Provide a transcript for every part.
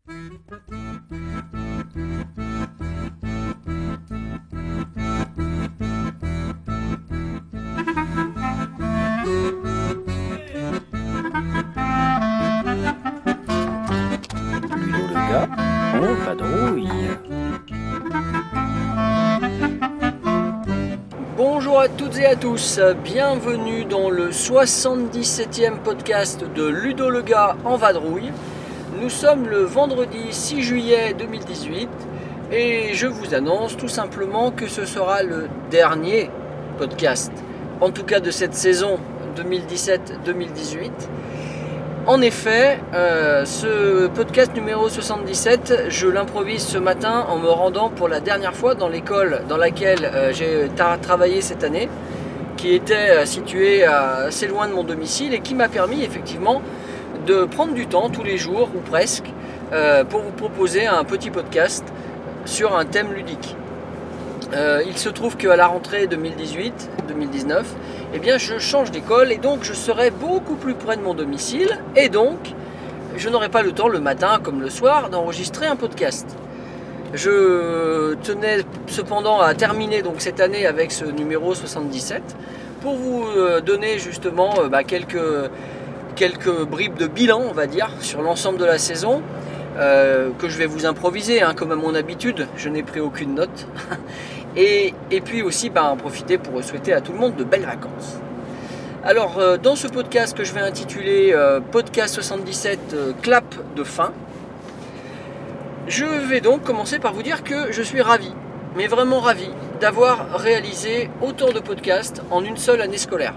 Ludo le gars, en vadrouille. Bonjour à toutes et à tous, bienvenue dans le 77e podcast de Ludo le gars en vadrouille. Nous sommes le vendredi 6 juillet 2018 et je vous annonce tout simplement que ce sera le dernier podcast, en tout cas de cette saison 2017-2018. En effet, ce podcast numéro 77, je l'improvise ce matin en me rendant pour la dernière fois dans l'école dans laquelle j'ai travaillé cette année, qui était située assez loin de mon domicile et qui m'a permis effectivement de prendre du temps tous les jours ou presque pour vous proposer un petit podcast sur un thème ludique. Il se trouve qu'à la rentrée 2018-2019, eh bien, je change d'école et donc je serai beaucoup plus près de mon domicile et donc je n'aurai pas le temps le matin comme le soir d'enregistrer un podcast. Je tenais cependant à terminer donc cette année avec ce numéro 77 pour vous donner justement quelques bribes de bilan, on va dire, sur l'ensemble de la saison. Que je vais vous improviser, comme à mon habitude, je n'ai pris aucune note. Et puis aussi en profiter pour souhaiter à tout le monde de belles vacances. Alors dans ce podcast que je vais intituler Podcast 77 clap de fin, je vais donc commencer par vous dire que je suis ravi, mais vraiment ravi, d'avoir réalisé autant de podcasts en une seule année scolaire.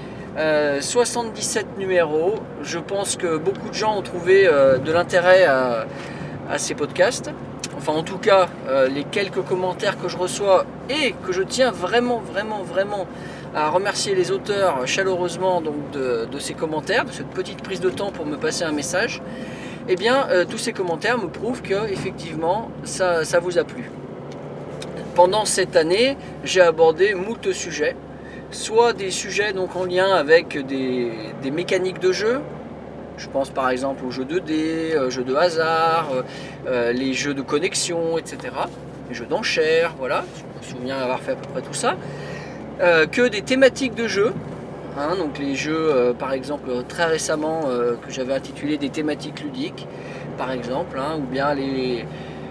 77 numéros, je pense que beaucoup de gens ont trouvé de l'intérêt à ces podcasts. Enfin en tout cas les quelques commentaires que je reçois et que je tiens vraiment à remercier les auteurs chaleureusement donc, de ces commentaires, de cette petite prise de temps pour me passer un message. Eh bien tous ces commentaires me prouvent que effectivement ça vous a plu. Pendant cette année j'ai abordé moult sujets, soit des sujets donc en lien avec des mécaniques de jeu. Je pense par exemple aux jeux 2D, jeux de hasard, les jeux de connexion, etc. Les jeux d'enchères, voilà, je me souviens avoir fait à peu près tout ça. Que des thématiques de jeux, donc les jeux par exemple très récemment que j'avais intitulé des thématiques ludiques, par exemple, ou bien les...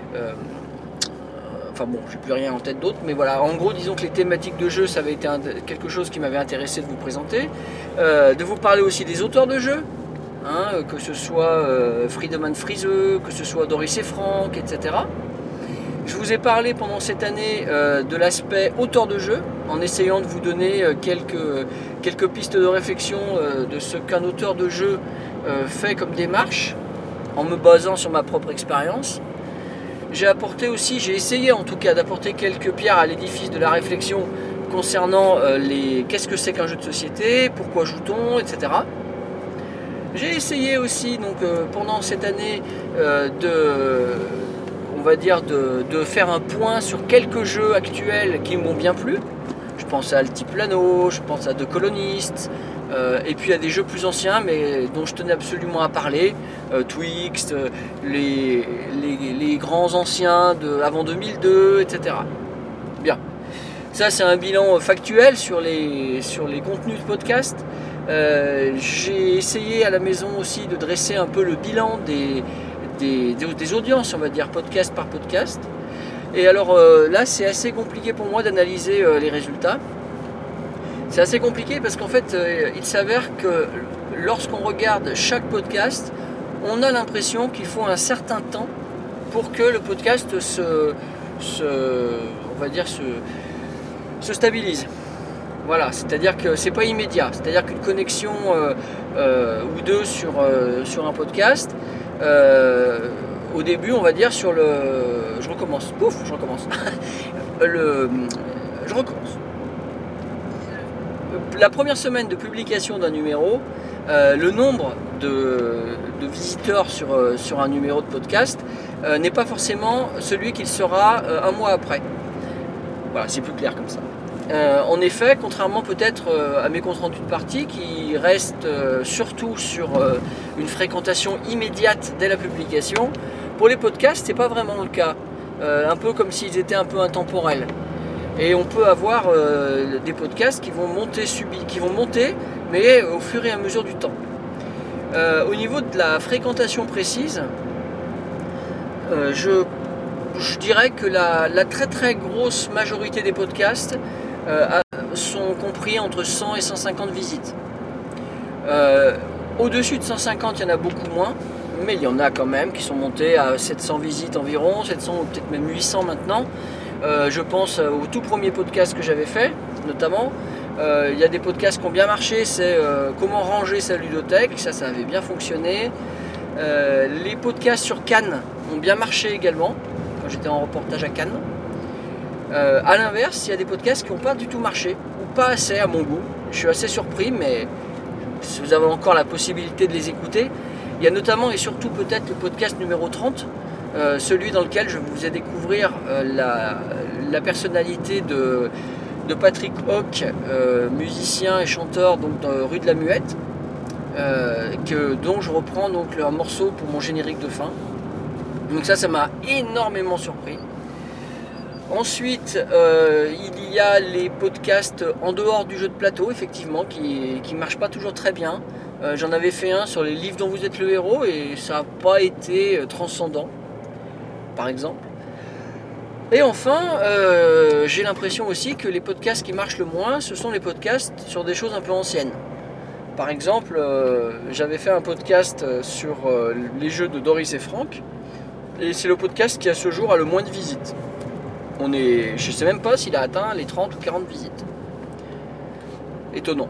j'ai plus rien en tête d'autre, mais voilà, en gros, disons que les thématiques de jeu, ça avait été quelque chose qui m'avait intéressé de vous présenter, de vous parler aussi des auteurs de jeux, que ce soit Friedemann Friese, que ce soit Doris et Franck, etc. Je vous ai parlé pendant cette année de l'aspect auteur de jeu, en essayant de vous donner quelques pistes de réflexion de ce qu'un auteur de jeu fait comme démarche, en me basant sur ma propre expérience. J'ai essayé en tout cas d'apporter quelques pierres à l'édifice de la réflexion concernant qu'est-ce que c'est qu'un jeu de société, pourquoi joue-t-on, etc. J'ai essayé aussi donc, pendant cette année de faire un point sur quelques jeux actuels qui m'ont bien plu. Je pense à Altiplano, je pense à The Colonist, et puis à des jeux plus anciens mais dont je tenais absolument à parler, Twixt, les grands anciens avant 2002, etc. Bien, ça c'est un bilan factuel sur les contenus de podcast. J'ai essayé à la maison aussi de dresser un peu le bilan des audiences, on va dire podcast par podcast. Et alors là c'est assez compliqué pour moi d'analyser les résultats. C'est assez compliqué parce qu'en fait il s'avère que lorsqu'on regarde chaque podcast, on a l'impression qu'il faut un certain temps pour que le podcast se stabilise. Voilà, c'est-à-dire que c'est pas immédiat, c'est-à-dire qu'une connexion ou deux sur un podcast, au début on va dire je recommence. La première semaine de publication d'un numéro, le nombre de visiteurs sur un numéro de podcast n'est pas forcément celui qu'il sera un mois après. Voilà, c'est plus clair comme ça. En effet, contrairement peut-être à mes comptes rendus de partie qui restent surtout sur une fréquentation immédiate dès la publication, Pour les podcasts, c'est pas vraiment le cas. Un peu comme s'ils étaient un peu intemporels. Et on peut avoir des podcasts qui vont monter, mais au fur et à mesure du temps. Au niveau de la fréquentation précise, je dirais que la très très grosse majorité des podcasts sont compris entre 100 et 150 visites. Au-dessus de 150, il y en a beaucoup moins, mais il y en a quand même qui sont montés à 700 visites environ, 700 ou peut-être même 800 maintenant. Je pense au tout premier podcast que j'avais fait, notamment. Il y a des podcasts qui ont bien marché, c'est comment ranger sa ludothèque, ça avait bien fonctionné. Les podcasts sur Cannes ont bien marché également, quand j'étais en reportage à Cannes. A l'inverse, il y a des podcasts qui n'ont pas du tout marché, ou pas assez à mon goût. Je suis assez surpris, mais si vous avez encore la possibilité de les écouter, il y a notamment et surtout peut-être le podcast numéro 30, celui dans lequel je vais vous faisais découvrir la personnalité de Patrick Hoc, musicien et chanteur donc, dans Rue de la Muette, dont je reprends donc un morceau pour mon générique de fin. Donc ça m'a énormément surpris. Ensuite, il y a les podcasts en dehors du jeu de plateau, effectivement, qui ne marchent pas toujours très bien. J'en avais fait un sur les livres dont vous êtes le héros et ça n'a pas été transcendant, par exemple. Et enfin, j'ai l'impression aussi que les podcasts qui marchent le moins, ce sont les podcasts sur des choses un peu anciennes. Par exemple, j'avais fait un podcast sur les jeux de Doris et Franck, et c'est le podcast qui à ce jour a le moins de visites. Je ne sais même pas s'il a atteint les 30 ou 40 visites. Étonnant.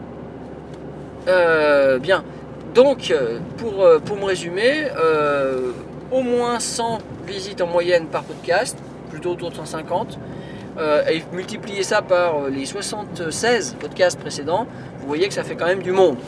Bien. Donc, pour me résumer, au moins 100 visites en moyenne par podcast, plutôt autour de 150, et multiplier ça par les 76 podcasts précédents, vous voyez que ça fait quand même du monde.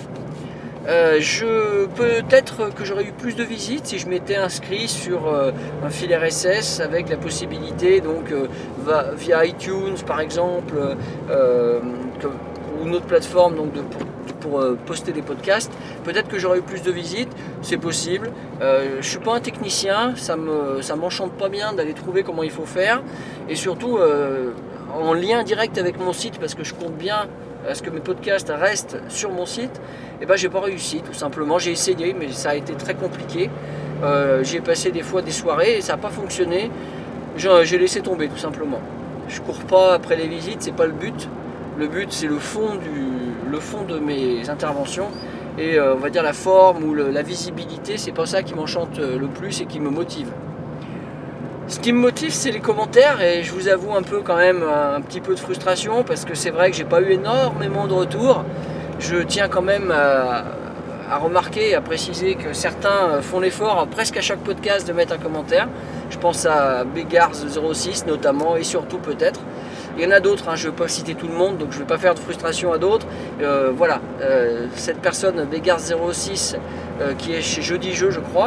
Peut-être que j'aurais eu plus de visites si je m'étais inscrit sur un fil RSS avec la possibilité donc via iTunes par exemple ou une autre plateforme donc pour poster des podcasts. Peut-être que j'aurais eu plus de visites, c'est possible. Je suis pas un technicien, ça m'enchante pas bien d'aller trouver comment il faut faire, et surtout en lien direct avec mon site, parce que je compte bien à ce que mes podcasts restent sur mon site. Et ben j'ai pas réussi, tout simplement. J'ai essayé, mais ça a été très compliqué. J'ai passé des fois des soirées et ça n'a pas fonctionné. J'ai laissé tomber, tout simplement. Je cours pas après les visites, c'est pas le but. Le but, c'est le fond de mes interventions, et on va dire la forme ou la visibilité, c'est pas ça qui m'enchante le plus et qui me motive. Ce qui me motive, c'est les commentaires, et je vous avoue un peu quand même un petit peu de frustration, parce que c'est vrai que j'ai pas eu énormément de retours. Je tiens quand même à remarquer et à préciser que certains font l'effort presque à chaque podcast de mettre un commentaire. Je pense à Begars06 notamment, et surtout peut-être. Il y en a d'autres, je ne vais pas citer tout le monde, donc je ne vais pas faire de frustration à d'autres. Cette personne, Begars06, qui est chez Jeudi Jeux, je crois,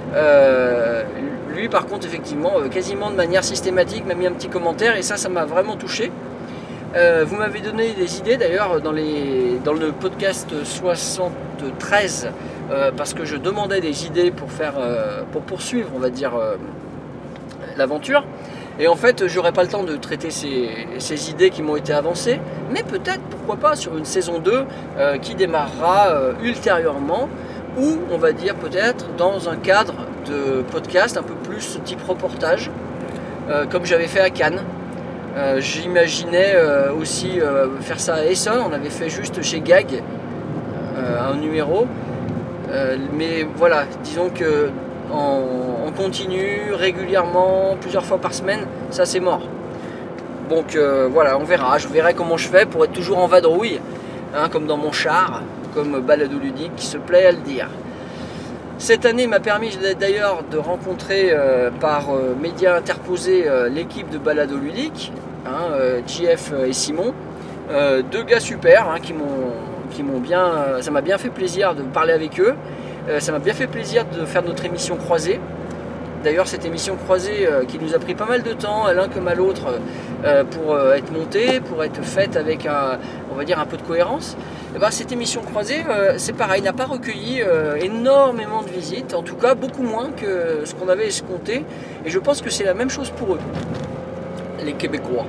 lui par contre, effectivement, quasiment de manière systématique, m'a mis un petit commentaire, et ça m'a vraiment touché. Vous m'avez donné des idées d'ailleurs dans le podcast 73, parce que je demandais des idées pour poursuivre, on va dire, l'aventure. Et en fait, j'aurais pas le temps de traiter ces idées qui m'ont été avancées, mais peut-être, pourquoi pas, sur une saison 2 qui démarrera ultérieurement, ou on va dire peut-être dans un cadre de podcast un peu plus type reportage, comme j'avais fait à Cannes. J'imaginais aussi faire ça à Essonne. On avait fait juste chez Gag un numéro, mais voilà, disons que en continu, régulièrement, plusieurs fois par semaine, ça c'est mort. Donc voilà, on verra, je verrai comment je fais pour être toujours en vadrouille, comme dans mon char, comme Balado Ludique qui se plaît à le dire. Cette année m'a permis d'ailleurs de rencontrer par médias interposés l'équipe de Balado Ludique, JF et Simon, deux gars super qui m'ont bien, ça m'a bien fait plaisir de parler avec eux, ça m'a bien fait plaisir de faire notre émission croisée. D'ailleurs cette émission croisée qui nous a pris pas mal de temps, l'un comme à l'autre, pour être montée, pour être faite avec on va dire un peu de cohérence. Et ben, cette émission croisée, c'est pareil, n'a pas recueilli énormément de visites, en tout cas beaucoup moins que ce qu'on avait escompté, et je pense que c'est la même chose pour eux, les Québécois.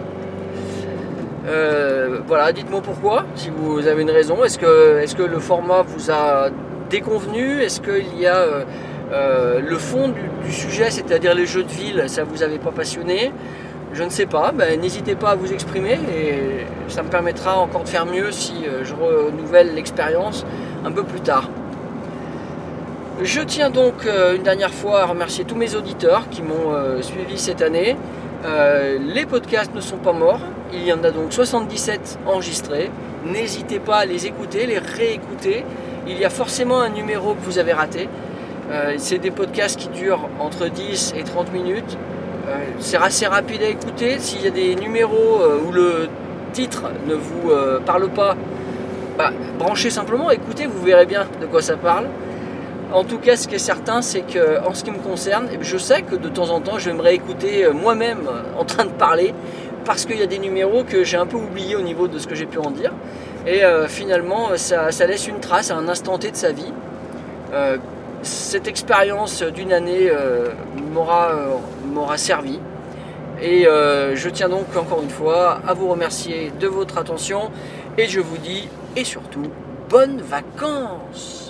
Voilà, dites-moi pourquoi, si vous avez une raison. Est-ce que le format vous a déconvenu? Est-ce qu'il y a le fond du sujet, c'est-à-dire les jeux de ville, ça vous avait pas passionné? Je ne sais pas, n'hésitez pas à vous exprimer et ça me permettra encore de faire mieux si je renouvelle l'expérience un peu plus tard. Je tiens donc une dernière fois à remercier tous mes auditeurs qui m'ont suivi cette année. Les podcasts ne sont pas morts, il y en a donc 77 enregistrés. N'hésitez pas à les écouter, les réécouter. Il y a forcément un numéro que vous avez raté. C'est des podcasts qui durent entre 10 et 30 minutes. C'est assez rapide à écouter. S'il y a des numéros où le titre ne vous parle pas, branchez simplement, écoutez, vous verrez bien de quoi ça parle. En tout cas, ce qui est certain, c'est qu'en ce qui me concerne, je sais que de temps en temps, je vais me réécouter moi-même en train de parler, parce qu'il y a des numéros que j'ai un peu oubliés au niveau de ce que j'ai pu en dire. Et finalement, ça laisse une trace à un instant T de sa vie. Cette expérience d'une année m'aura servi. Et je tiens donc encore une fois à vous remercier de votre attention. Et je vous dis, et surtout, bonnes vacances!